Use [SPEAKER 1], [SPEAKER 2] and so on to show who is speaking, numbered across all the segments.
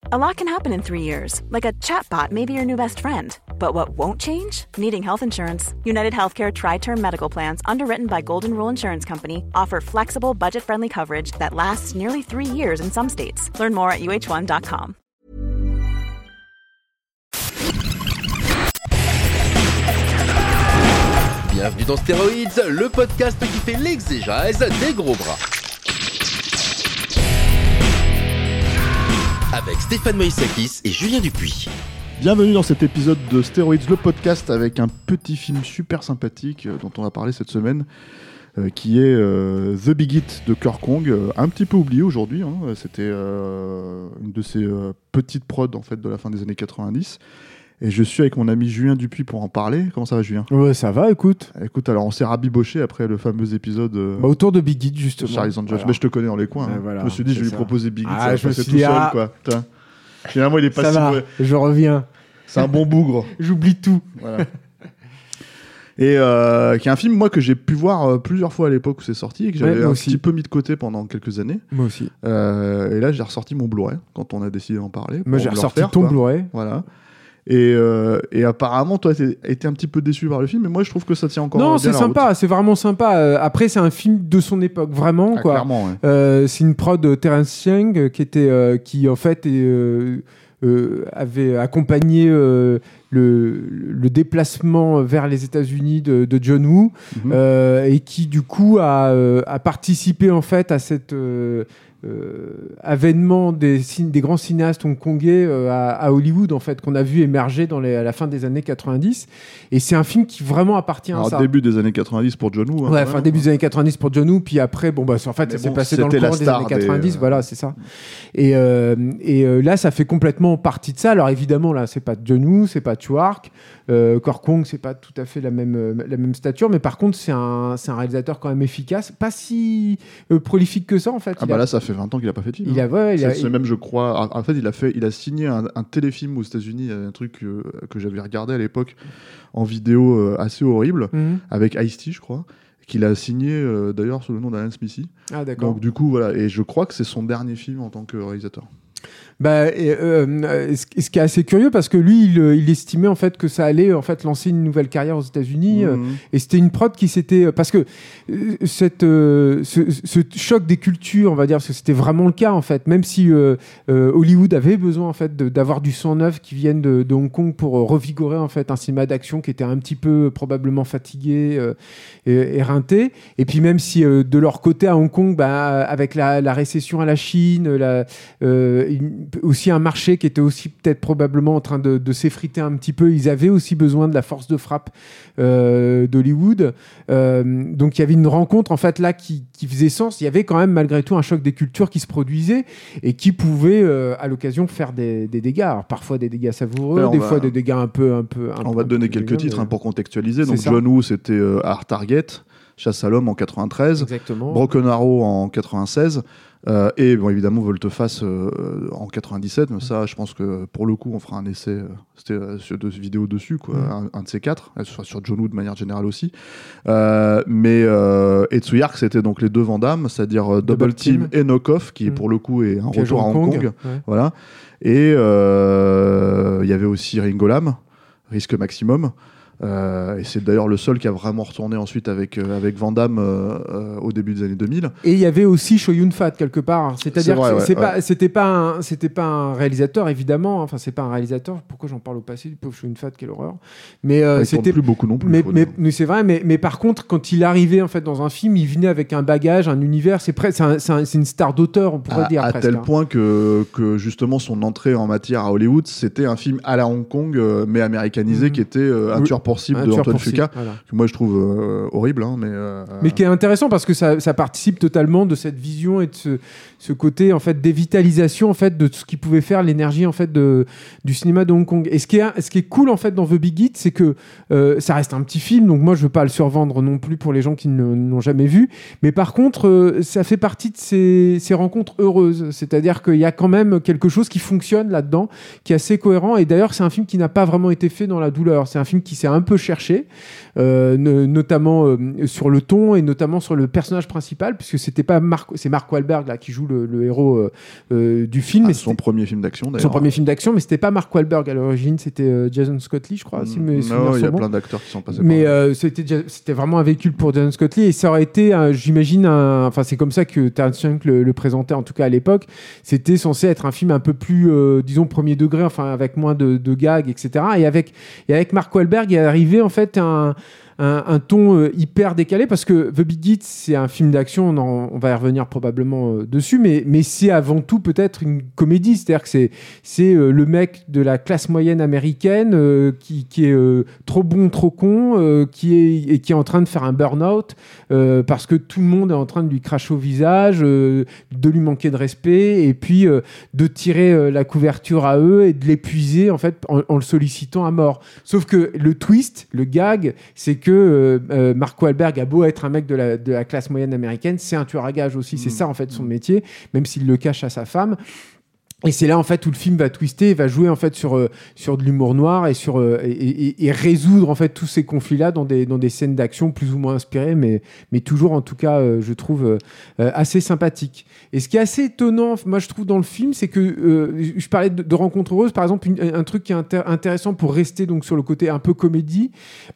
[SPEAKER 1] A lot can happen in 3 years, like a chatbot may be your new best friend. But what won't change? Needing health insurance. United Healthcare Tri-Term Medical Plans, underwritten by Golden Rule Insurance Company, offer flexible, budget-friendly coverage that lasts nearly 3 years in some states. Learn more at uh1.com.
[SPEAKER 2] Bienvenue dans Stéroïdes, le podcast qui fait l'exégèse des gros bras. Avec Stéphane Moïsakis et Julien Dupuis.
[SPEAKER 3] Bienvenue dans cet épisode de Stéroïdes, le podcast, avec un petit film super sympathique dont on va parler cette semaine, qui est The Big Hit de Kirk Kong, un petit peu oublié aujourd'hui. C'était une de ces petites prods en fait, de la fin des années 90. Et je suis avec mon ami Julien Dupuis pour en parler. Comment ça va, Julien ?
[SPEAKER 4] Ouais, ça va, écoute.
[SPEAKER 3] Écoute, alors on s'est rabiboché après le fameux épisode
[SPEAKER 4] autour de Big Hit, justement.
[SPEAKER 3] Charlie's Angels. Voilà. Mais je te connais dans les coins.
[SPEAKER 4] Voilà,
[SPEAKER 3] je me suis dit, je vais lui proposer Big Hit.
[SPEAKER 4] Ah,
[SPEAKER 3] ça va passer tout seul, quoi. Putain. Finalement, il est pas
[SPEAKER 4] ça
[SPEAKER 3] si
[SPEAKER 4] va,
[SPEAKER 3] mauvais.
[SPEAKER 4] je reviens.
[SPEAKER 3] C'est un bon bougre.
[SPEAKER 4] J'oublie tout.
[SPEAKER 3] Voilà. Et qui est un film, moi, que j'ai pu voir plusieurs fois à l'époque où c'est sorti et que j'avais petit peu mis de côté pendant quelques années.
[SPEAKER 4] Moi aussi.
[SPEAKER 3] Et là, j'ai ressorti mon Blu-ray quand on a décidé d'en parler.
[SPEAKER 4] Moi, j'ai ressorti ton Blu-ray.
[SPEAKER 3] Voilà. Et apparemment, toi, tu été un petit peu déçu par le film, mais moi, je trouve que ça tient encore bien.
[SPEAKER 4] Non, c'est sympa,
[SPEAKER 3] route.
[SPEAKER 4] c'est vraiment sympa. Après, c'est un film de son époque, vraiment. Quoi.
[SPEAKER 3] Clairement, ouais.
[SPEAKER 4] C'est une prod de Terence Young qui en fait, avait accompagné le déplacement vers les États-Unis de John Woo, et qui, du coup, a participé en fait à cette... avènement des grands cinéastes hongkongais à Hollywood, en fait, qu'on a vu émerger à la fin des années 90. Et c'est un film qui vraiment appartient à ça.
[SPEAKER 3] Début des années 90 pour John Woo.
[SPEAKER 4] Ouais, fin début des années 90 pour John Woo, puis après, en fait, ça s'est passé dans le courant des années 90, voilà, c'est ça. Et là, ça fait complètement partie de ça. Alors évidemment, là, c'est pas John Woo, c'est pas Chwark, Kirk Kong, c'est pas tout à fait la même stature, mais par contre, c'est un réalisateur quand même efficace, pas si prolifique que ça, en fait.
[SPEAKER 3] Là, ça fait 20 ans qu'il n'a pas fait de film.
[SPEAKER 4] C'est
[SPEAKER 3] même, je crois. En fait, il a signé un téléfilm aux États-Unis, un truc que j'avais regardé à l'époque en vidéo assez horrible, avec Ice-T, je crois, qu'il a signé d'ailleurs sous le nom d'Alan Smithy.
[SPEAKER 4] Ah, d'accord.
[SPEAKER 3] Donc, du coup, voilà. Et je crois que c'est son dernier film en tant que réalisateur.
[SPEAKER 4] Ce qui est assez curieux, parce que lui, il estimait en fait que ça allait en fait lancer une nouvelle carrière aux États-Unis, et c'était une prod qui s'était, parce que ce choc des cultures, on va dire, parce que c'était vraiment le cas en fait, même si Hollywood avait besoin en fait d'avoir du sang neuf qui vienne de Hong Kong pour revigorer en fait un cinéma d'action qui était un petit peu probablement fatigué et éreinté, et puis même si de leur côté à Hong Kong, avec la récession à la Chine, aussi un marché qui était aussi peut-être probablement en train de s'effriter un petit peu. Ils avaient aussi besoin de la force de frappe d'Hollywood. Donc il y avait une rencontre en fait là qui faisait sens. Il y avait quand même malgré tout un choc des cultures qui se produisait et qui pouvait à l'occasion faire des dégâts. Alors, parfois des dégâts savoureux, fois des dégâts un peu. On
[SPEAKER 3] va te donner quelques titres pour contextualiser. Donc John Woo, c'était Hard Target, Chasse à l'homme en 93,
[SPEAKER 4] exactement.
[SPEAKER 3] Broken Arrow en 96. Et évidemment Volte-Face en 97, mais ça je pense que pour le coup on fera un essai de vidéo dessus, quoi, un de ces quatre, sur John Woo de manière générale aussi, et Tsuyark, c'était donc les deux Van Damme, c'est-à-dire Double Team et Knock Off, qui pour le coup est un retour à Hong Kong. Voilà. Et il y avait aussi Ringo Lam, Risque Maximum. Et c'est d'ailleurs le seul qui a vraiment retourné ensuite avec Van Damme au début des années 2000.
[SPEAKER 4] Et il y avait aussi Chow Yun-fat quelque part. C'est-à-dire que c'était pas un réalisateur, évidemment. Enfin, c'est pas un réalisateur. Pourquoi j'en parle au passé du pauvre Chow Yun-fat, quelle horreur. Mais
[SPEAKER 3] c'était plus beaucoup non plus.
[SPEAKER 4] Mais c'est vrai. Mais par contre, quand il arrivait en fait dans un film, il venait avec un bagage, un univers. C'est une star d'auteur, on pourrait dire.
[SPEAKER 3] À tel point que justement son entrée en matière à Hollywood, c'était un film à la Hong Kong, mais américanisé, qui était un tueur pour cible de Antoine Fuqua, voilà. Que moi je trouve horrible, mais qui
[SPEAKER 4] est intéressant parce que ça participe totalement de cette vision et de ce côté en fait dévitalisation en fait de ce qui pouvait faire l'énergie en fait du cinéma de Hong Kong. Et ce qui est cool en fait dans The Big Hit, c'est que ça reste un petit film, donc moi je veux pas le survendre non plus pour les gens qui ne l'ont jamais vu, mais par contre ça fait partie de ces rencontres heureuses, c'est-à-dire qu'il y a quand même quelque chose qui fonctionne là-dedans, qui est assez cohérent. Et d'ailleurs c'est un film qui n'a pas vraiment été fait dans la douleur, c'est un film qui s'est un un peu cherché, notamment sur le ton et notamment sur le personnage principal, puisque c'est Mark Wahlberg là, qui joue le héros du film.
[SPEAKER 3] Ah, son premier film d'action d'ailleurs.
[SPEAKER 4] Son premier film d'action, mais c'était pas Mark Wahlberg à l'origine, c'était Jason Scott Lee, je crois.
[SPEAKER 3] Non, il y a plein d'acteurs qui sont passés
[SPEAKER 4] mais
[SPEAKER 3] par là.
[SPEAKER 4] c'était vraiment un véhicule pour Jason Scott Lee, et ça aurait été, j'imagine, enfin c'est comme ça que Terrence Young le présentait en tout cas à l'époque. C'était censé être un film un peu plus, disons, premier degré, enfin avec moins de gags, etc. Et avec Mark Wahlberg, il est arrivé en fait un ton hyper décalé, parce que The Big Hit, c'est un film d'action, on va y revenir probablement dessus, mais c'est avant tout peut-être une comédie, c'est-à-dire que c'est le mec de la classe moyenne américaine qui est trop bon, trop con, qui est en train de faire un burn-out parce que tout le monde est en train de lui cracher au visage, de lui manquer de respect, et puis de tirer la couverture à eux et de l'épuiser en fait en le sollicitant à mort. Sauf que le twist, le gag, c'est que Mark Wahlberg a beau être un mec de la classe moyenne américaine, c'est un tueur à gages aussi. C'est ça en fait son métier, même s'il le cache à sa femme. Et c'est là en fait où le film va twister, va jouer en fait sur de l'humour noir et résoudre en fait tous ces conflits-là dans des scènes d'action plus ou moins inspirées, mais toujours en tout cas je trouve assez sympathique. Et ce qui est assez étonnant, moi je trouve dans le film, c'est que je parlais de Rencontre heureuse par exemple, un truc qui est intéressant pour rester donc sur le côté un peu comédie,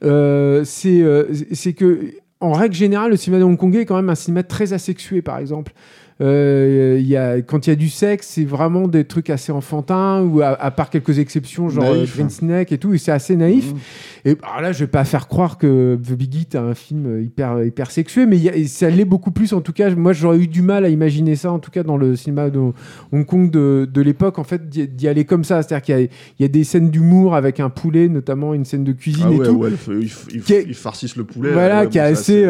[SPEAKER 4] c'est que en règle générale le cinéma hongkongais est quand même un cinéma très asexué par exemple. Quand il y a du sexe, c'est vraiment des trucs assez enfantins, ou à part quelques exceptions, genre Green Snake et tout, et c'est assez naïf. Et alors là, je vais pas faire croire que The Big Hit a un film hyper sexué, mais ça l'est beaucoup plus. En tout cas, moi, j'aurais eu du mal à imaginer ça, en tout cas dans le cinéma de Hong Kong de l'époque, en fait, d'y aller comme ça. C'est-à-dire qu'il y a des scènes d'humour avec un poulet, notamment une scène de cuisine et tout.
[SPEAKER 3] Ouais, ils farcissent le poulet.
[SPEAKER 4] Voilà, qui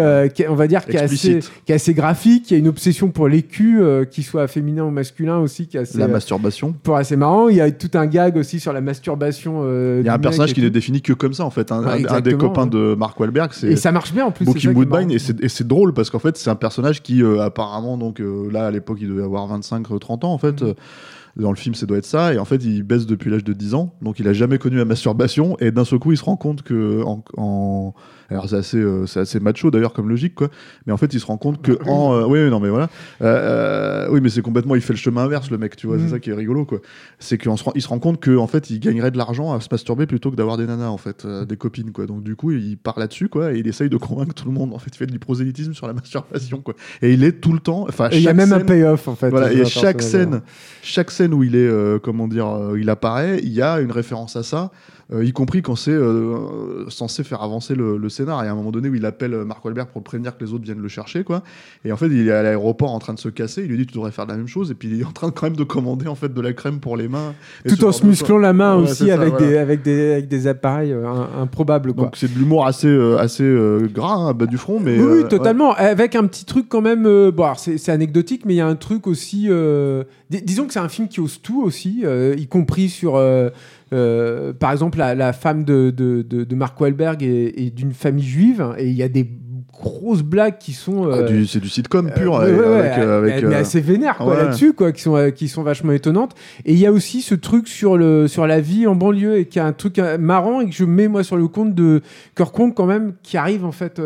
[SPEAKER 4] est assez graphique. Il y a une obsession pour les qu'il soit féminin ou masculin aussi, qui est assez,
[SPEAKER 3] la masturbation,
[SPEAKER 4] assez marrant. Il y a tout un gag aussi sur la masturbation.
[SPEAKER 3] Il y a un personnage qui n'est défini que comme ça en fait, un des copains de Mark Wahlberg,
[SPEAKER 4] et ça marche bien en plus.
[SPEAKER 3] Bookie Woodbine, et c'est drôle parce qu'en fait c'est un personnage qui apparemment donc là à l'époque il devait avoir 25-30 ans en fait. Dans le film, ça doit être ça. Et en fait, il baisse depuis l'âge de 10 ans. Donc, il a jamais connu la masturbation. Et d'un seul coup, il se rend compte que alors, c'est assez macho, d'ailleurs, comme logique, quoi. Mais en fait, il se rend compte que oui, non, mais voilà. Oui, mais c'est complètement... Il fait le chemin inverse, le mec, tu vois. C'est ça qui est rigolo, quoi. C'est qu'il se rend compte qu'en fait, il gagnerait de l'argent à se masturber plutôt que d'avoir des nanas, en fait, des copines, quoi. Donc, du coup, il part là-dessus, quoi. Et il essaye de convaincre tout le monde. En fait, il fait du prosélytisme sur la masturbation, quoi. Et il est tout le temps...
[SPEAKER 4] il y a même un payoff, en fait.
[SPEAKER 3] Voilà, et chaque scène où il est, il apparaît, il y a une référence à ça, y compris quand c'est censé faire avancer le scénar. Il y a un moment donné où il appelle Mark Wahlberg pour le prévenir que les autres viennent le chercher, quoi. Et en fait, il est à l'aéroport en train de se casser. Il lui dit tu devrais faire la même chose. Et puis il est en train quand même de commander en fait de la crème pour les mains.
[SPEAKER 4] Tout en se musclant la main aussi avec des appareils improbables, quoi.
[SPEAKER 3] Donc c'est de l'humour assez gras, bas du front, mais
[SPEAKER 4] oui, totalement. Ouais. Avec un petit truc quand même. Alors c'est anecdotique, mais il y a un truc aussi. Disons que c'est un film qui ose tout aussi, y compris sur, par exemple, la femme de Mark Wahlberg et d'une famille juive, et il y a des grosses blagues qui sont
[SPEAKER 3] c'est du sitcom pur,
[SPEAKER 4] mais assez vénère, quoi, là-dessus, quoi, qui sont vachement étonnantes. Et il y a aussi ce truc sur la vie en banlieue, et qui est un truc marrant, et que je mets moi sur le compte de Kirk Wong quand même, qui arrive en fait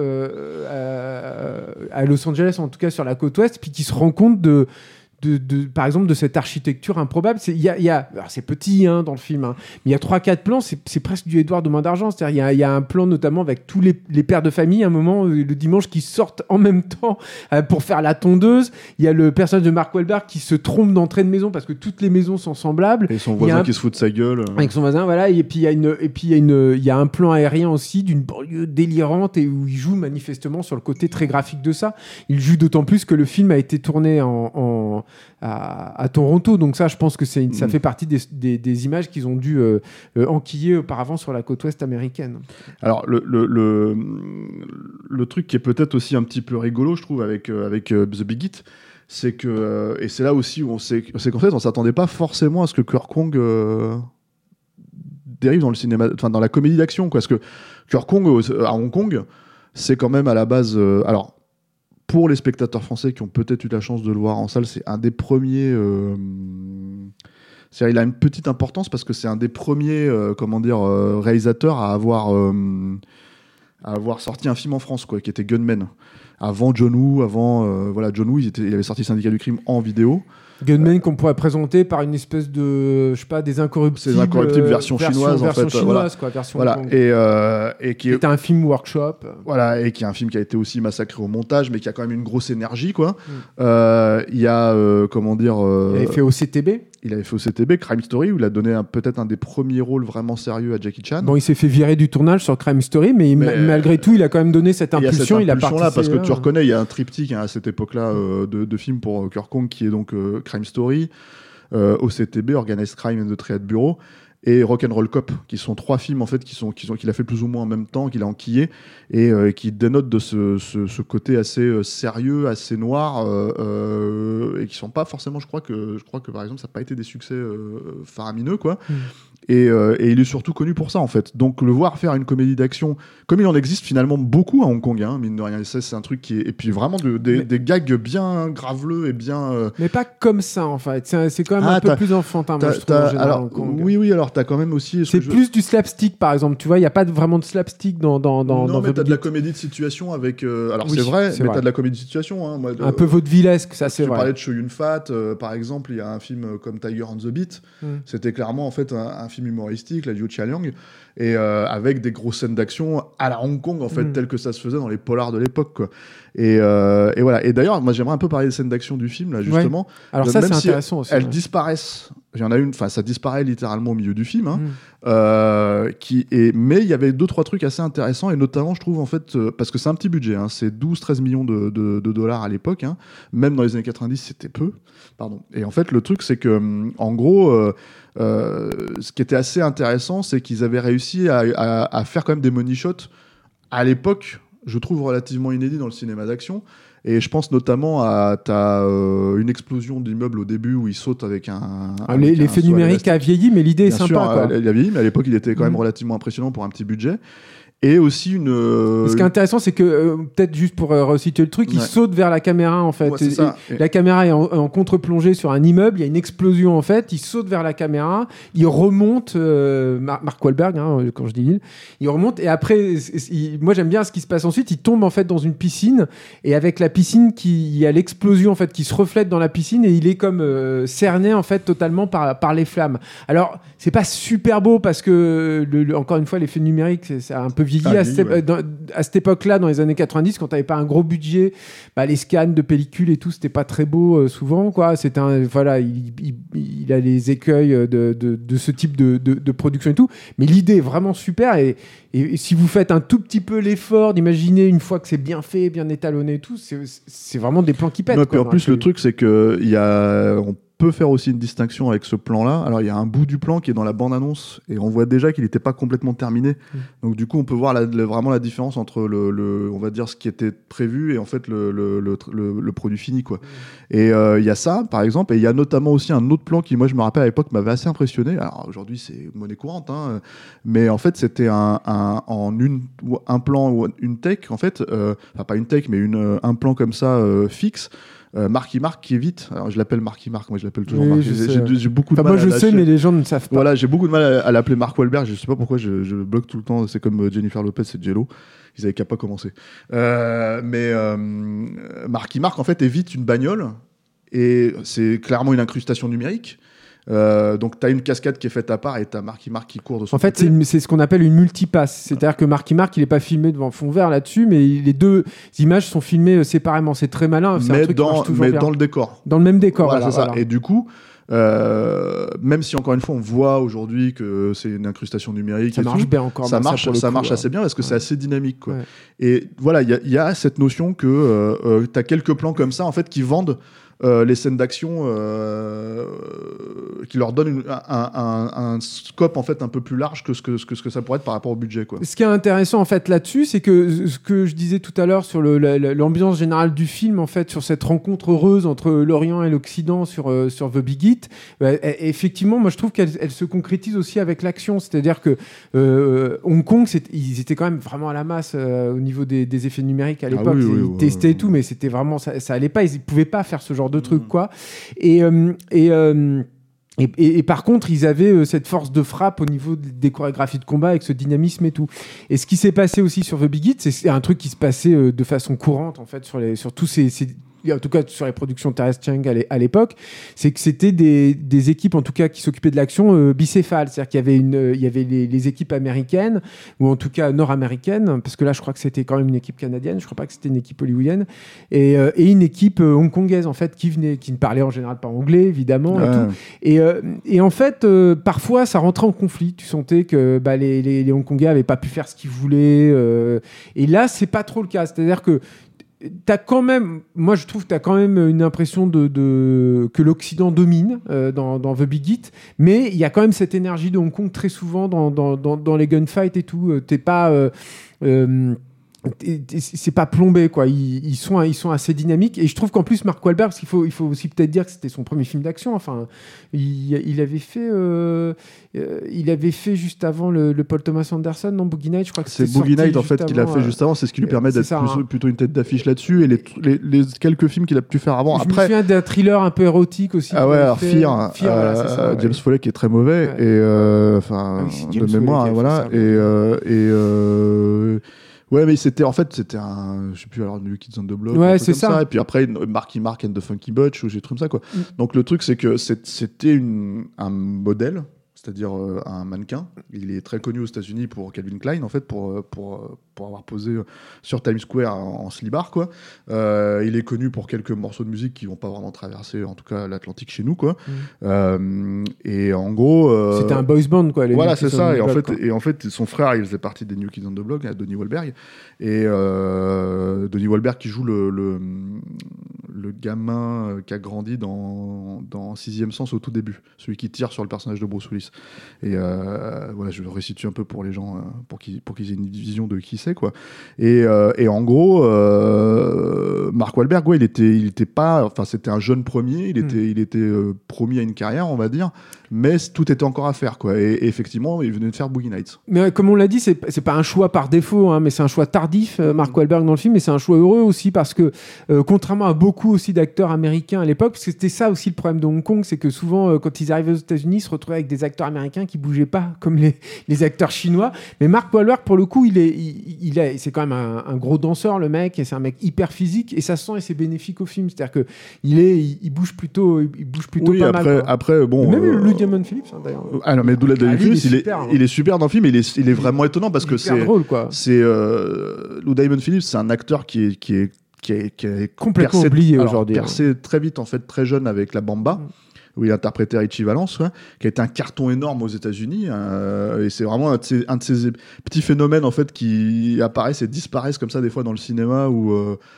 [SPEAKER 4] à Los Angeles, en tout cas sur la côte ouest, puis qui se rend compte par exemple de cette architecture improbable. Alors c'est petit dans le film, mais il y a 3-4 plans, c'est presque du Édouard de Main d'Argent. C'est-à-dire il y a un plan notamment avec tous les pères de famille, à un moment le dimanche, qui sortent en même temps pour faire la tondeuse. Il y a le personnage de Mark Wahlberg qui se trompe d'entrée de maison parce que toutes les maisons sont semblables,
[SPEAKER 3] et son voisin qui se fout de sa gueule
[SPEAKER 4] avec son voisin, voilà. Et puis il y a un plan aérien aussi d'une banlieue délirante, et où il joue manifestement sur le côté très graphique de ça. Il joue d'autant plus que le film a été tourné à Toronto, donc ça je pense que ça fait partie des images qu'ils ont dû enquiller auparavant sur la côte ouest américaine.
[SPEAKER 3] Alors le truc qui est peut-être aussi un petit peu rigolo, je trouve, avec The Big Hit, c'est que, et c'est là aussi où c'est qu'en fait on s'attendait pas forcément à ce que Kirk Wong dérive dans le cinéma, enfin dans la comédie d'action, quoi. Parce que Kirk Wong à Hong Kong, c'est quand même à la base, alors pour les spectateurs français qui ont peut-être eu la chance de le voir en salle, c'est un des premiers C'est-à-dire, il a une petite importance parce que c'est un des premiers réalisateurs à avoir sorti un film en France, quoi, qui était Gunman. Avant John Woo, John Woo, il avait sorti Syndicat du crime en vidéo.
[SPEAKER 4] Gunman qu'on pourrait présenter par une espèce de, je sais pas, des Incorruptibles.
[SPEAKER 3] C'est Incorruptibles version chinoise, en fait.
[SPEAKER 4] Version chinoise, quoi, version
[SPEAKER 3] voilà. Et qui
[SPEAKER 4] était un film workshop.
[SPEAKER 3] Voilà, et qui est un film qui a été aussi massacré au montage, mais qui a quand même une grosse énergie, quoi. Il y a, il avait
[SPEAKER 4] fait OCTB.
[SPEAKER 3] Il avait fait OCTB, Crime Story, où il a donné peut-être un des premiers rôles vraiment sérieux à Jackie Chan.
[SPEAKER 4] Bon, il s'est fait virer du tournage sur Crime Story, mais malgré tout, il a quand même donné cette impulsion. Il a participé
[SPEAKER 3] là, parce que tu reconnais, il y a un triptyque à cette époque-là de films pour Kirk Kong qui est donc Crime Story, OCTB, Organized Crime and the Triad Bureau, et Rock'n'Roll Cop, qui sont 3 films en fait qu'il a fait plus ou moins en même temps, qu'il a enquillé, et qui dénotent de ce côté assez sérieux, assez noir, et qui sont pas forcément, je crois que par exemple ça n'a pas été des succès faramineux, quoi. Et il est surtout connu pour ça, en fait. Donc le voir faire une comédie d'action, comme il en existe finalement beaucoup à Hong Kong, hein, mine de rien, c'est un truc qui est... Et puis vraiment des gags bien graveleux et bien...
[SPEAKER 4] Mais pas comme ça, en fait. C'est quand même un peu plus enfantin, moi, je trouve, en général, Hong Kong.
[SPEAKER 3] Oui, alors t'as quand même aussi...
[SPEAKER 4] C'est plus du slapstick, par exemple. Tu vois, il n'y a pas vraiment de slapstick dans
[SPEAKER 3] Non, mais t'as de la comédie de situation avec... Alors oui, c'est vrai, mais t'as de la comédie de situation. Hein,
[SPEAKER 4] un peu vaudevillesque, ça, c'est vrai.
[SPEAKER 3] Tu parlais de Chow Yun-fat, par exemple, il y a un film comme Tiger on the Beat. C'était clairement, en fait, un film humoristique, la Liu Chia-Liang, et avec des grosses scènes d'action à la Hong Kong, en fait, tel que ça se faisait dans les polars de l'époque, quoi. Et voilà. Et d'ailleurs, moi, j'aimerais un peu parler des scènes d'action du film, là, justement.
[SPEAKER 4] Ouais. Alors ça, c'est intéressant aussi.
[SPEAKER 3] Elles disparaissent. Il y en a une, enfin, ça disparaît littéralement au milieu du film, hein, mais il y avait 2-3 trucs assez intéressants, et notamment, je trouve, en fait, parce que c'est un petit budget, hein, c'est 12-13 millions de dollars à l'époque, hein, même dans les années 90, c'était peu. Pardon. Et en fait, le truc, c'est que, en gros, ce qui était assez intéressant, c'est qu'ils avaient réussi à faire quand même des money shots à l'époque, je trouve relativement inédits dans le cinéma d'action. Et je pense notamment à une explosion d'immeuble au début où il saute avec un...
[SPEAKER 4] L'effet numérique a vieilli, mais l'idée est sympa.
[SPEAKER 3] Bien sûr,
[SPEAKER 4] quoi.
[SPEAKER 3] Il a vieilli, mais à l'époque, il était quand même relativement impressionnant pour un petit budget. Et aussi une...
[SPEAKER 4] Ce qui est intéressant, c'est que, peut-être juste pour resituer le truc, il saute vers la caméra, en fait.
[SPEAKER 3] Ouais,
[SPEAKER 4] la caméra est en contre-plongée sur un immeuble, il y a une explosion, en fait, il saute vers la caméra, il remonte, Mark Wahlberg, hein, quand je dis il remonte, et après, moi j'aime bien ce qui se passe ensuite, il tombe en fait dans une piscine, et avec la piscine, il y a l'explosion, en fait, qui se reflète dans la piscine, et il est comme cerné, en fait, totalement par les flammes. Alors, c'est pas super beau, parce que, encore une fois, l'effet numérique, c'est un peu vieilli à cette époque-là, dans les années 90, quand t'avais pas un gros budget, les scans de pellicules et tout, c'était pas très beau souvent, quoi. C'était il a les écueils de ce type de production et tout, mais l'idée est vraiment super, et si vous faites un tout petit peu l'effort d'imaginer une fois que c'est bien fait, bien étalonné et tout, c'est vraiment des plans qui pètent.
[SPEAKER 3] Non, quoi, en plus, le truc, c'est que on peut faire aussi une distinction avec ce plan-là. Alors, il y a un bout du plan qui est dans la bande-annonce, et on voit déjà qu'il n'était pas complètement terminé. Donc, du coup, on peut voir vraiment la différence entre on va dire, ce qui était prévu et en fait le produit fini, quoi. Et il y a ça, par exemple, et il y a notamment aussi un autre plan qui, moi, je me rappelle à l'époque, m'avait assez impressionné. Alors, aujourd'hui, c'est monnaie courante, hein, mais en fait, c'était un plan ou une take, en fait, enfin, pas une take, mais un plan comme ça, fixe. Marky Mark qui est vite. Alors je l'appelle Marky Mark, moi je l'appelle toujours Mark. J'ai beaucoup de mal.
[SPEAKER 4] Moi je sais, mais les gens ne savent pas.
[SPEAKER 3] Voilà, j'ai beaucoup de mal à l'appeler Mark Wahlberg. Je sais pas pourquoi je bloque tout le temps. C'est comme Jennifer Lopez, c'est Jello. Ils avaient qu'à pas commencer. Mais Marky Mark en fait est vite une bagnole, et c'est clairement une incrustation numérique. Donc t'as une cascade qui est faite à part, et t'as Marky Mark qui court de son côté.
[SPEAKER 4] En fait, c'est ce qu'on appelle une multipasse. C'est-à-dire que Marky Mark, il est pas filmé devant fond vert là-dessus, mais les deux images sont filmées séparément. C'est très malin. C'est un truc qui marche toujours bien.
[SPEAKER 3] Dans le décor.
[SPEAKER 4] Dans le même décor.
[SPEAKER 3] Voilà, c'est ça. Voilà. Et du coup, même si encore une fois on voit aujourd'hui que c'est une incrustation numérique,
[SPEAKER 4] ça marche bien encore.
[SPEAKER 3] Ça marche assez bien parce que c'est assez dynamique, quoi. Ouais. Et voilà, il y a cette notion que t'as quelques plans comme ça en fait qui vendent les scènes d'action, qui leur donnent un scope en fait un peu plus large que ce que ça pourrait être par rapport au budget, quoi.
[SPEAKER 4] Ce qui est intéressant en fait là-dessus, c'est que ce que je disais tout à l'heure sur l'ambiance générale du film, en fait, sur cette rencontre heureuse entre l'Orient et l'Occident sur The Big Hit, effectivement, moi je trouve qu'elle se concrétise aussi avec l'action. C'est-à-dire que Hong Kong, ils étaient quand même vraiment à la masse au niveau des effets numériques à l'époque. Ils testaient et tout, mais c'était vraiment ça allait pas. Ils pouvaient pas faire ce genre de truc, quoi. Et par contre, ils avaient cette force de frappe au niveau des chorégraphies de combat avec ce dynamisme et tout. Et ce qui s'est passé aussi sur The Big Hit, c'est un truc qui se passait de façon courante en fait sur tous ces en tout cas sur les productions Terrence Chang à l'époque, c'est que c'était des équipes en tout cas qui s'occupaient de l'action bicéphales, c'est-à-dire qu'il y avait les équipes américaines ou en tout cas nord-américaines, parce que là je crois que c'était quand même une équipe canadienne, je crois pas que c'était une équipe hollywoodienne, et une équipe hongkongaise en fait qui ne parlait en général pas anglais évidemment et tout. Et en fait parfois ça rentrait en conflit, tu sentais que les Hongkongais avaient pas pu faire ce qu'ils voulaient, et là c'est pas trop le cas, c'est-à-dire que moi je trouve que t'as quand même une impression que l'Occident domine dans The Big Hit, mais il y a quand même cette énergie de Hong Kong très souvent dans les gunfights et tout. T'es pas c'est pas plombé quoi, ils sont assez dynamiques, et je trouve qu'en plus Mark Wahlberg, parce qu'il faut aussi peut-être dire que c'était son premier film d'action, enfin il avait fait juste avant le Paul Thomas Anderson, non, Boogie Nights, je crois que
[SPEAKER 3] c'est Boogie Nights en fait qu'il a fait juste avant, c'est ce qui lui permet d'être plutôt une tête d'affiche là-dessus, et les quelques films qu'il a pu faire avant. Après,
[SPEAKER 4] je me souviens d'un thriller un peu érotique aussi.
[SPEAKER 3] Ah ouais, alors Fear, voilà, c'est ça, James Foley qui est très mauvais, et de mémoire, voilà, ouais, mais c'était un, je sais plus, alors New Kids on the Block,
[SPEAKER 4] ouais, c'est ça.
[SPEAKER 3] Et puis après Marky Mark and the Funky Bunch, ou j'ai trucs comme ça quoi. Donc le truc c'est que c'était un modèle, c'est-à-dire un mannequin. Il est très connu aux États-Unis pour Calvin Klein en fait, pour avoir posé sur Times Square en slibard quoi. Il est connu pour quelques morceaux de musique qui vont pas vraiment traverser en tout cas l'Atlantique chez nous quoi. Et en gros
[SPEAKER 4] c'était un boys band quoi.
[SPEAKER 3] Voilà, c'est ça. Et en fait son frère il faisait partie des New Kids on the Block, Donnie Wahlberg, et Donnie Wahlberg qui joue le gamin qui a grandi dans Sixième Sens au tout début, celui qui tire sur le personnage de Bruce Willis. Et voilà, je le resitue un peu pour les gens, pour qu'ils aient une vision de qui c'est quoi. Et en gros, Mark Wahlberg, ouais, il était pas, enfin c'était un jeune premier, il était promis à une carrière, on va dire, mais tout était encore à faire quoi. Et effectivement, il venait de faire Boogie Nights.
[SPEAKER 4] Mais comme on l'a dit, c'est pas un choix par défaut, hein, mais c'est un choix tardif, Mark Wahlberg dans le film, mais c'est un choix heureux aussi parce que contrairement à beaucoup aussi d'acteurs américains à l'époque, parce que c'était ça aussi le problème de Hong Kong, c'est que souvent quand ils arrivaient aux États-Unis, ils se retrouvaient avec des acteurs américains qui bougeaient pas comme les acteurs chinois. Mais Mark Wahlberg, pour le coup, c'est quand même un gros danseur, le mec, et c'est un mec hyper physique, et ça se sent, et c'est bénéfique au film. C'est-à-dire que il bouge plutôt
[SPEAKER 3] oui,
[SPEAKER 4] pas mal.
[SPEAKER 3] Après, bon.
[SPEAKER 4] Même Lou Diamond Phillips, hein, d'ailleurs.
[SPEAKER 3] Ah non, mais Lou Diamond Phillips, il est super dans le film, il est vraiment étonnant parce que c'est
[SPEAKER 4] drôle, quoi.
[SPEAKER 3] Lou Diamond Phillips, c'est un acteur qui est
[SPEAKER 4] complètement oublié aujourd'hui.
[SPEAKER 3] Percé très vite, en fait, très jeune avec La Bamba. Où il interprétait Richie Valens, ouais, qui a été un carton énorme aux États-Unis, et c'est vraiment un de ces petits phénomènes en fait qui apparaissent et disparaissent comme ça des fois dans le cinéma où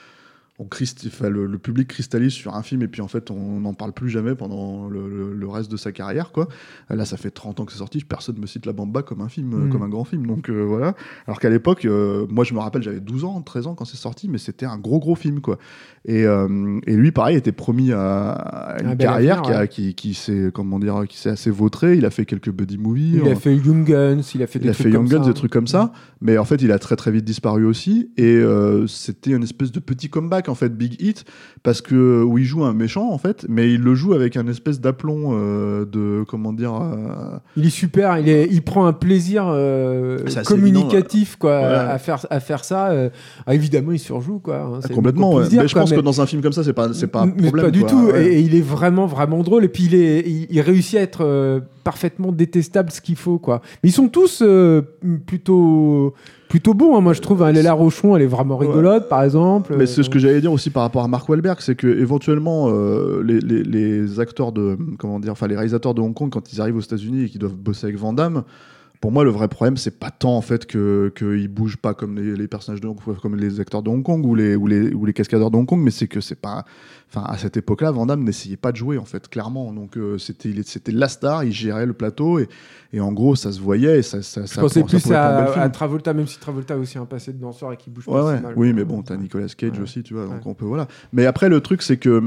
[SPEAKER 3] le public cristallise sur un film et puis en fait on n'en parle plus jamais pendant le reste de sa carrière quoi. Là ça fait 30 ans que c'est sorti, personne me cite La Bamba comme un film, comme un grand film, donc voilà. Alors qu'à l'époque, moi je me rappelle, j'avais 12 ans, 13 ans quand c'est sorti, mais c'était un gros film quoi. Et lui pareil était promis à une carrière qui s'est, comment dire, qui s'est assez vautrée. Il a fait quelques buddy movies,
[SPEAKER 4] il a fait Young Guns, il a fait
[SPEAKER 3] Young Guns, des trucs comme ça, mais en fait il a très vite disparu aussi, et c'était une espèce de petit comeback en fait, Big Hit, parce que où il joue un méchant en fait, mais il le joue avec un espèce d'aplomb de, comment dire,
[SPEAKER 4] il est super, il prend un plaisir communicatif évident, quoi, ouais. à faire ça. Évidemment il surjoue quoi, hein,
[SPEAKER 3] complètement, ouais. Mais je pense que dans un film comme ça c'est pas un problème,
[SPEAKER 4] pas du
[SPEAKER 3] quoi.
[SPEAKER 4] tout,
[SPEAKER 3] ouais.
[SPEAKER 4] Et il est vraiment drôle, et puis il réussit à être parfaitement détestable, ce qu'il faut quoi. Mais ils sont tous plutôt bon, hein, moi je trouve. Léla Rochon, elle est vraiment rigolote, par exemple.
[SPEAKER 3] Mais c'est ce que j'allais dire aussi par rapport à Mark Wahlberg, c'est que éventuellement les acteurs de, comment dire, enfin les réalisateurs de Hong Kong, quand ils arrivent aux États-Unis et qu'ils doivent bosser avec Van Damme, pour moi le vrai problème c'est pas tant en fait qu'ils bougent pas comme les personnages de Hong Kong, comme les acteurs de Hong Kong ou les cascadeurs de Hong Kong, mais c'est que c'est pas, enfin à cette époque-là Van Damme n'essayait pas de jouer en fait, clairement. Donc c'était la star, il gérait le plateau, et en gros ça se voyait, et ça
[SPEAKER 4] je pensais plus à Travolta, même si Travolta a aussi un passé de danseur et qui bouge pas si mal.
[SPEAKER 3] Oui, mais bon, t'as Nicolas Cage aussi, tu vois, donc on peut, voilà. Mais après le truc c'est que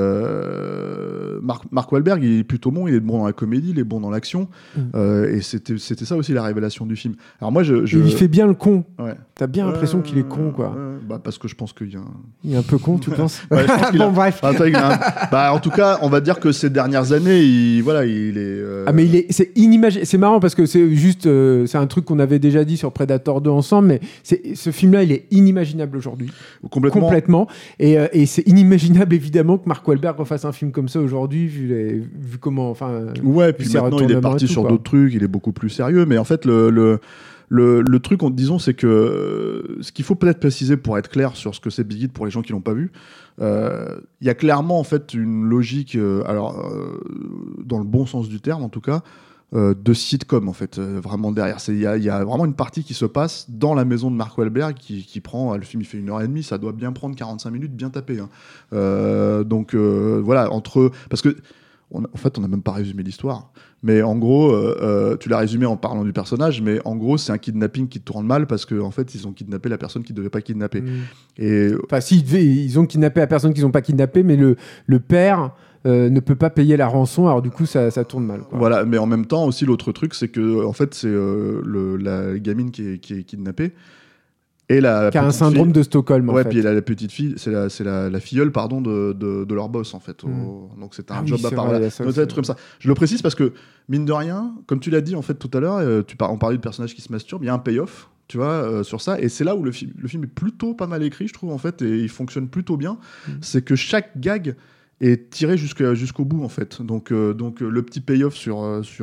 [SPEAKER 3] Mark Wahlberg il est plutôt bon, il est bon dans la comédie, il est bon dans l'action, et c'était c'était ça aussi la révélation du film. Alors moi,
[SPEAKER 4] Il fait bien le con.
[SPEAKER 3] Ouais.
[SPEAKER 4] T'as bien l'impression qu'il est con, quoi.
[SPEAKER 3] Bah, parce que je pense qu'il y a
[SPEAKER 4] Il est un peu con, tu penses?
[SPEAKER 3] Ouais, je pense qu'il
[SPEAKER 4] Bon,
[SPEAKER 3] a-
[SPEAKER 4] bref.
[SPEAKER 3] Enfin, en tout cas, on va dire que ces dernières années, il est.
[SPEAKER 4] Ah, mais c'est inimaginable. C'est marrant parce que c'est juste, c'est un truc qu'on avait déjà dit sur Predator 2 ensemble, mais ce film-là, il est inimaginable aujourd'hui. Complètement. Et c'est inimaginable, évidemment, que Mark Wahlberg refasse un film comme ça aujourd'hui, vu comment. Enfin,
[SPEAKER 3] Ouais, puis
[SPEAKER 4] ses
[SPEAKER 3] maintenant il est
[SPEAKER 4] retournements
[SPEAKER 3] parti
[SPEAKER 4] et tout,
[SPEAKER 3] sur
[SPEAKER 4] quoi.
[SPEAKER 3] d'autres trucs, il est beaucoup plus sérieux. Mais en fait, le truc, disons, c'est que ce qu'il faut peut-être préciser pour être clair sur ce que c'est Big Hit pour les gens qui l'ont pas vu, il y a clairement en fait une logique, dans le bon sens du terme en tout cas, de sitcom en fait, vraiment derrière. Il y a vraiment une partie qui se passe dans la maison de Mark Wahlberg qui prend, le film il fait 1h30, ça doit bien prendre 45 minutes bien tapé. Hein. Donc voilà, parce que en fait, on n'a même pas résumé l'histoire. Mais en gros, tu l'as résumé en parlant du personnage, mais en gros, c'est un kidnapping qui tourne mal parce qu'en fait, ils ont kidnappé la personne qu'ils ne devaient pas kidnapper. Et
[SPEAKER 4] Enfin, ils ont kidnappé la personne qu'ils n'ont pas kidnappée, mais le père ne peut pas payer la rançon, alors du coup, ça tourne mal, quoi.
[SPEAKER 3] voilà, mais en même temps, aussi, l'autre truc, c'est que en fait, c'est la gamine qui est kidnappée. Et
[SPEAKER 4] Qui a un
[SPEAKER 3] petite
[SPEAKER 4] syndrome
[SPEAKER 3] fille.
[SPEAKER 4] de Stockholm, en
[SPEAKER 3] Ouais,
[SPEAKER 4] fait.
[SPEAKER 3] puis la petite fille, c'est la filleule, pardon, de leur boss, en fait. Donc c'était un
[SPEAKER 4] Ah
[SPEAKER 3] job
[SPEAKER 4] oui,
[SPEAKER 3] à
[SPEAKER 4] c'est
[SPEAKER 3] part.
[SPEAKER 4] vrai,
[SPEAKER 3] Voilà.
[SPEAKER 4] il y a ça
[SPEAKER 3] Donc,
[SPEAKER 4] aussi,
[SPEAKER 3] des trucs comme ça. Je le précise parce que, mine de rien, comme tu l'as dit, en fait, tout à l'heure, on parlait de personnages qui se masturbent, il y a un payoff, tu vois, sur ça. Et c'est là où le film est plutôt pas mal écrit, je trouve, en fait, et il fonctionne plutôt bien. C'est que chaque gag est tiré jusqu'au bout, en fait. Donc le petit payoff sur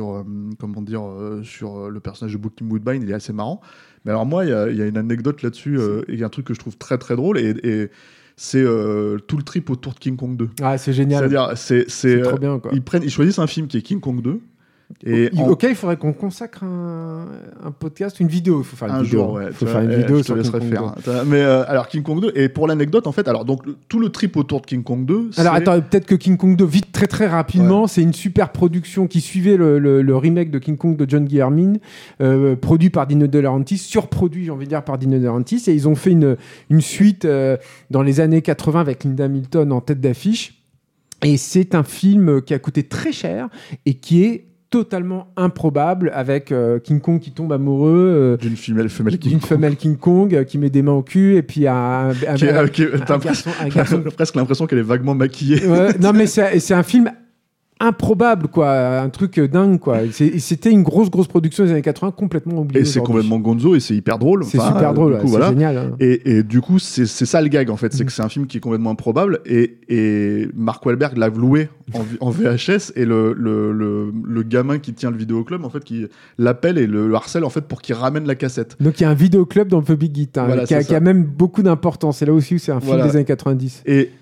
[SPEAKER 3] le personnage de Bokeem Woodbine, il est assez marrant. Mais alors moi, il y a une anecdote là-dessus, et un truc que je trouve très très drôle, et c'est tout le trip autour de King Kong 2.
[SPEAKER 4] Ah, c'est génial.
[SPEAKER 3] C'est-à-dire, c'est
[SPEAKER 4] trop bien, quoi.
[SPEAKER 3] ils choisissent un film qui est King Kong 2. Et
[SPEAKER 4] Ok, il faudrait qu'on consacre un podcast, une vidéo. Il faut faire une
[SPEAKER 3] un
[SPEAKER 4] vidéo.
[SPEAKER 3] jour, ouais.
[SPEAKER 4] Faut faire une vidéo
[SPEAKER 3] je te
[SPEAKER 4] sur
[SPEAKER 3] laisserai
[SPEAKER 4] King Kong
[SPEAKER 3] faire.
[SPEAKER 4] 2.
[SPEAKER 3] Mais alors King Kong 2, et pour l'anecdote, en fait, alors donc tout le trip autour de King Kong 2.
[SPEAKER 4] Alors
[SPEAKER 3] c'est...
[SPEAKER 4] attends, peut-être que King Kong 2, vite, très très rapidement, c'est une super production qui suivait le remake de King Kong de John Guillermin, produit par Dino De Laurentiis, surproduit, j'ai envie de dire, par Dino De Laurentiis, et ils ont fait une suite dans les années 80 avec Linda Hamilton en tête d'affiche. Et c'est un film qui a coûté très cher et qui est totalement improbable, avec King Kong qui tombe amoureux
[SPEAKER 3] d'une femelle King
[SPEAKER 4] d'une
[SPEAKER 3] Kong.
[SPEAKER 4] femelle King Kong qui met des mains au cul, et puis un
[SPEAKER 3] T'as
[SPEAKER 4] garçon
[SPEAKER 3] presque l'impression qu'elle est vaguement maquillée.
[SPEAKER 4] Ouais, non, mais c'est un film improbable, quoi, un truc dingue, quoi. C'était une grosse production des années 80, complètement oubliée.
[SPEAKER 3] Et c'est
[SPEAKER 4] aujourd'hui.
[SPEAKER 3] complètement gonzo, et c'est hyper drôle.
[SPEAKER 4] C'est
[SPEAKER 3] Enfin,
[SPEAKER 4] super drôle,
[SPEAKER 3] du coup,
[SPEAKER 4] c'est
[SPEAKER 3] voilà.
[SPEAKER 4] génial. Hein.
[SPEAKER 3] Et du coup, c'est ça le gag, en fait. C'est que c'est un film qui est complètement improbable. Et Mark Wahlberg l'a loué en VHS. Et le gamin qui tient le vidéoclub, en fait, qui l'appelle et le harcèle, en fait, pour qu'il ramène la cassette.
[SPEAKER 4] Donc il y a un vidéoclub dans The Big Hit, hein,
[SPEAKER 3] Voilà,
[SPEAKER 4] qui a même beaucoup d'importance. C'est là aussi où c'est un film
[SPEAKER 3] Voilà.
[SPEAKER 4] des années 90.
[SPEAKER 3] Et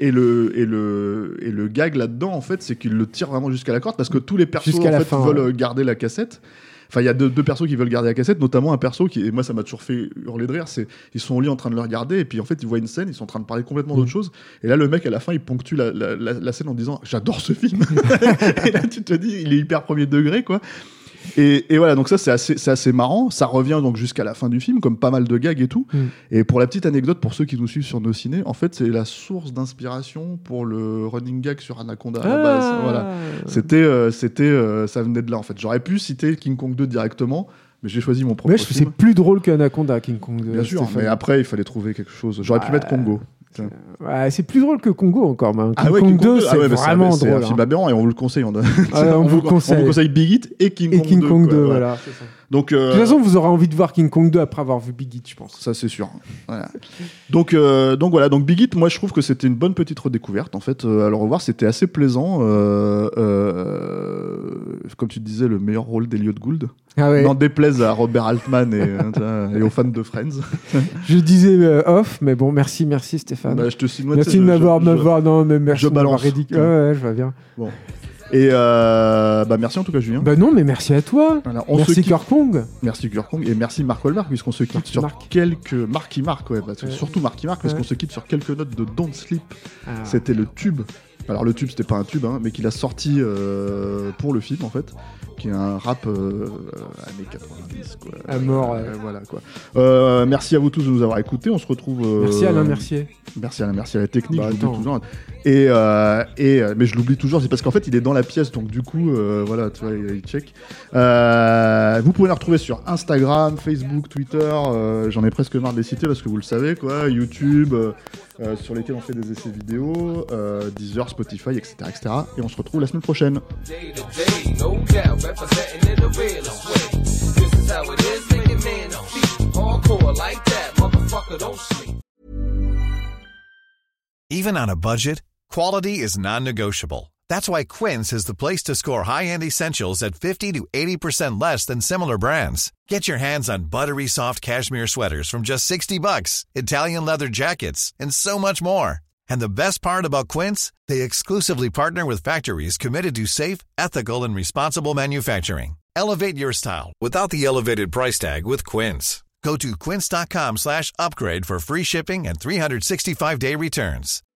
[SPEAKER 3] le gag là-dedans, en fait, c'est qu'il le tire vraiment jusqu'à la corde, parce que tous les persos,
[SPEAKER 4] Jusqu'à
[SPEAKER 3] en
[SPEAKER 4] la
[SPEAKER 3] fait,
[SPEAKER 4] fin,
[SPEAKER 3] veulent
[SPEAKER 4] ouais.
[SPEAKER 3] garder la cassette. Enfin, il y a deux persos qui veulent garder la cassette, notamment un perso qui, et moi, ça m'a toujours fait hurler de rire. Ils sont au lit en train de le regarder, et puis en fait, ils voient une scène, ils sont en train de parler complètement d'autre chose. Et là, le mec, à la fin, il ponctue la scène en disant j'adore ce film. Et là, tu te dis, il est hyper premier degré, quoi. Et voilà, donc ça, c'est assez marrant. Ça revient donc jusqu'à la fin du film, comme pas mal de gags et tout. Et pour la petite anecdote, pour ceux qui nous suivent sur nos ciné, en fait, c'est la source d'inspiration pour le running gag sur Anaconda à la base. Voilà. Ça venait de là, en fait. J'aurais pu citer King Kong 2 directement, mais j'ai choisi mon propre
[SPEAKER 4] Ouais,
[SPEAKER 3] film.
[SPEAKER 4] c'est plus drôle qu'Anaconda, King Kong 2.
[SPEAKER 3] Bien sûr,
[SPEAKER 4] Stéphane.
[SPEAKER 3] mais après, il fallait trouver quelque chose. J'aurais pu mettre Congo.
[SPEAKER 4] Ouais, c'est plus drôle que Congo encore. King
[SPEAKER 3] ouais,
[SPEAKER 4] Kong 2,
[SPEAKER 3] ah
[SPEAKER 4] c'est
[SPEAKER 3] ouais,
[SPEAKER 4] vraiment
[SPEAKER 3] c'est
[SPEAKER 4] drôle.
[SPEAKER 3] un film aberrant, et on vous le conseille. On
[SPEAKER 4] vous le conseille.
[SPEAKER 3] On vous conseille Big Hit et King
[SPEAKER 4] Et
[SPEAKER 3] Kong
[SPEAKER 4] King
[SPEAKER 3] 2.
[SPEAKER 4] Kong
[SPEAKER 3] quoi,
[SPEAKER 4] 2,
[SPEAKER 3] ouais.
[SPEAKER 4] voilà. C'est ça.
[SPEAKER 3] Donc,
[SPEAKER 4] De toute façon, vous aurez envie de voir King Kong 2 après avoir vu Big Hit, je pense.
[SPEAKER 3] ça, c'est sûr. Voilà. Donc voilà, donc Big Hit, moi je trouve que c'était une bonne petite redécouverte. En fait, à le revoir, c'était assez plaisant. Comme tu disais, le meilleur rôle d'Elliot Gould.
[SPEAKER 4] Ah ouais.
[SPEAKER 3] N'en déplaise à Robert Altman et aux fans de Friends.
[SPEAKER 4] Je disais off, mais bon, merci Stéphane.
[SPEAKER 3] Bah, je te signe.
[SPEAKER 4] Merci de m'avoir, non, mais merci
[SPEAKER 3] je
[SPEAKER 4] de m'avoir
[SPEAKER 3] balance.
[SPEAKER 4] ridicule. Ouais, je vois bien.
[SPEAKER 3] Bon. Et merci en tout cas, Julien.
[SPEAKER 4] Bah non, mais merci à toi.
[SPEAKER 3] Voilà, on se
[SPEAKER 4] Merci
[SPEAKER 3] quitte.
[SPEAKER 4] Kirkong.
[SPEAKER 3] Merci Kong et merci Mark Wahlberg, puisqu'on se quitte
[SPEAKER 4] Marky
[SPEAKER 3] sur
[SPEAKER 4] Mark.
[SPEAKER 3] quelques Marky Mark, ouais, parce que
[SPEAKER 4] Ouais.
[SPEAKER 3] surtout Marky Mark, parce
[SPEAKER 4] Ouais.
[SPEAKER 3] qu'on se quitte sur quelques notes de Don't Sleep.
[SPEAKER 4] Ah.
[SPEAKER 3] C'était le tube. Alors le tube, c'était pas un tube, hein, mais qu'il a sorti pour le film en fait. qui est un rap années 90 quoi.
[SPEAKER 4] À mort.
[SPEAKER 3] Voilà quoi. Merci à vous tous de nous avoir écoutés. On se retrouve.
[SPEAKER 4] Merci Alain Mercier.
[SPEAKER 3] Merci Alain, merci à la technique.
[SPEAKER 4] Bah,
[SPEAKER 3] je l'oublie toujours. Mais je l'oublie toujours. C'est parce qu'en fait il est dans la pièce, donc du coup voilà, tu vois, il check. Vous pouvez la retrouver sur Instagram, Facebook, Twitter. J'en ai presque marre de les citer parce que vous le savez quoi. YouTube. Sur lesquels on fait des essais vidéo, Deezer, Spotify, etc., etc. Et on se retrouve la semaine prochaine.
[SPEAKER 5] Even on a budget, quality is non-negotiable. That's why Quince is the place to score high-end essentials at 50 to 80% less than similar brands. Get your hands on buttery soft cashmere sweaters from just $60, Italian leather jackets, and so much more. And the best part about Quince, they exclusively partner with factories committed to safe, ethical, and responsible manufacturing. Elevate your style without the elevated price tag with Quince. Go to quince.com/upgrade for free shipping and 365-day returns.